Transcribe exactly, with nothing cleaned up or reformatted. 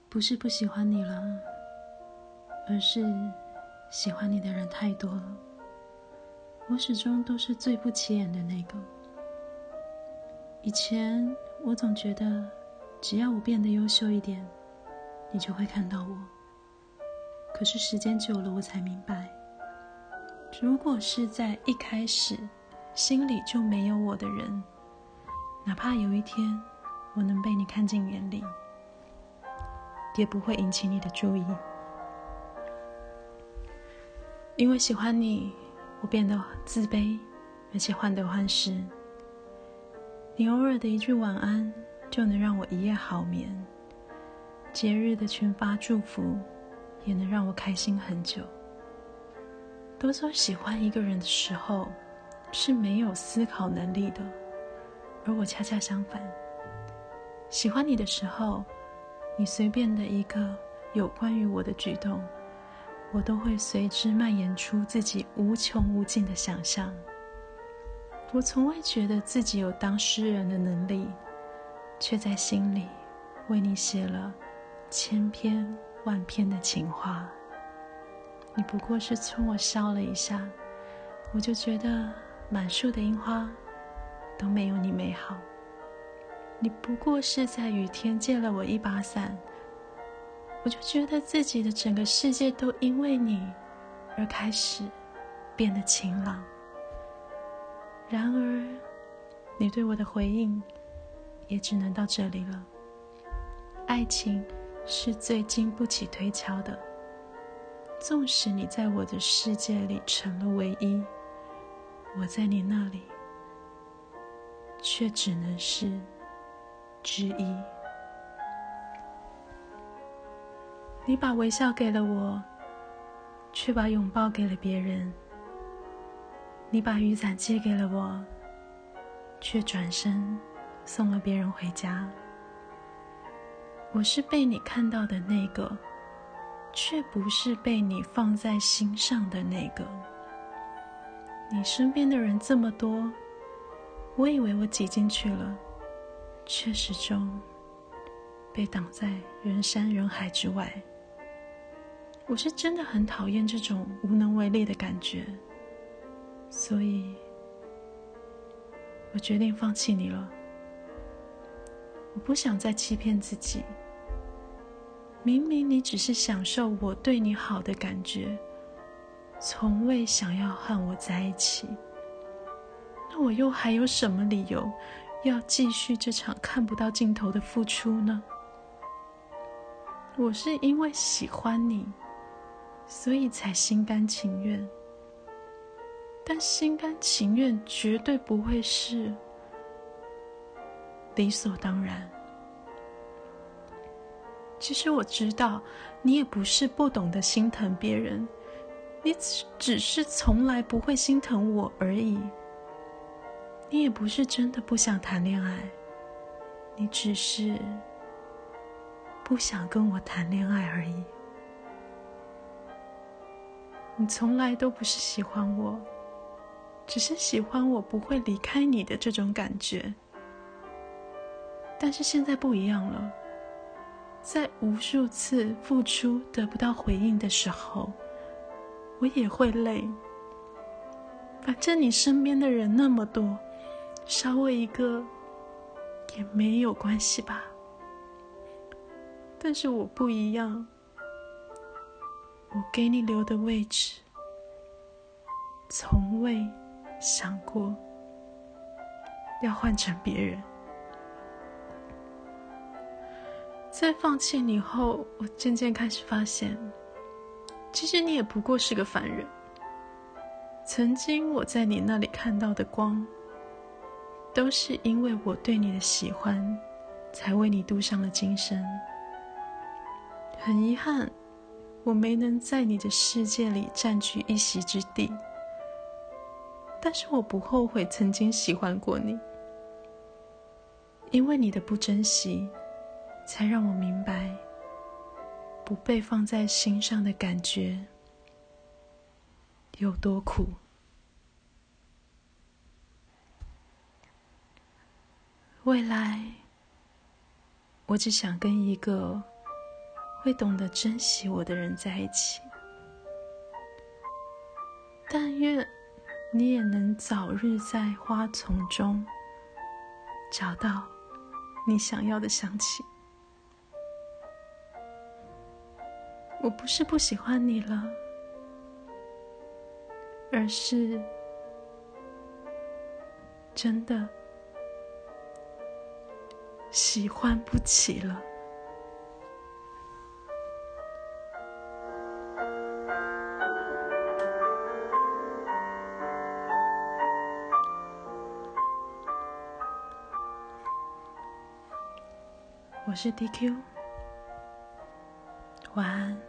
不是不喜欢你了，而是喜欢你的人太多了，我始终都是最不起眼的那个。以前我总觉得只要我变得优秀一点，你就会看到我。可是时间久了，我才明白，如果是在一开始心里就没有我的人，哪怕有一天我能被你看进眼里，也不会引起你的注意。因为喜欢你，我变得自卑，而且患得患失。你偶尔的一句晚安，就能让我一夜好眠。节日的群发祝福，也能让我开心很久。都说喜欢一个人的时候，是没有思考能力的，而我恰恰相反。喜欢你的时候，你随便的一个有关于我的举动，我都会随之蔓延出自己无穷无尽的想象。我从未觉得自己有当诗人的能力，却在心里为你写了千篇万篇的情话。你不过是冲我笑了一下，我就觉得满树的樱花都没有你美好。你不过是在雨天借了我一把伞，我就觉得自己的整个世界都因为你而开始变得晴朗。然而你对我的回应也只能到这里了。爱情是最经不起推敲的，纵使你在我的世界里成了唯一，我在你那里却只能是之一。你把微笑给了我，却把拥抱给了别人。你把雨伞借给了我，却转身送了别人回家。我是被你看到的那个，却不是被你放在心上的那个。你身边的人这么多，我以为我挤进去了，却始终被挡在人山人海之外。我是真的很讨厌这种无能为力的感觉，所以我决定放弃你了。我不想再欺骗自己，明明你只是享受我对你好的感觉，从未想要和我在一起，那我又还有什么理由要继续这场看不到尽头的付出呢？我是因为喜欢你，所以才心甘情愿，但心甘情愿绝对不会是理所当然。其实我知道你也不是不懂得心疼别人，你只是从来不会心疼我而已。你也不是真的不想谈恋爱，你只是不想跟我谈恋爱而已。你从来都不是喜欢我，只是喜欢我不会离开你的这种感觉。但是现在不一样了，在无数次付出得不到回应的时候，我也会累。反正你身边的人那么多，少我一个也没有关系吧。但是我不一样，我给你留的位置，从未想过要换成别人。在放弃你后，我渐渐开始发现，其实你也不过是个凡人。曾经我在你那里看到的光，都是因为我对你的喜欢，才为你镀上了金身。很遗憾，我没能在你的世界里占据一席之地，但是我不后悔曾经喜欢过你，因为你的不珍惜，才让我明白不被放在心上的感觉有多苦。未来，我只想跟一个会懂得珍惜我的人在一起。但愿你也能早日在花丛中找到你想要的香气。我不是不喜欢你了，而是真的喜欢不起了。我是 D Q， 晚安。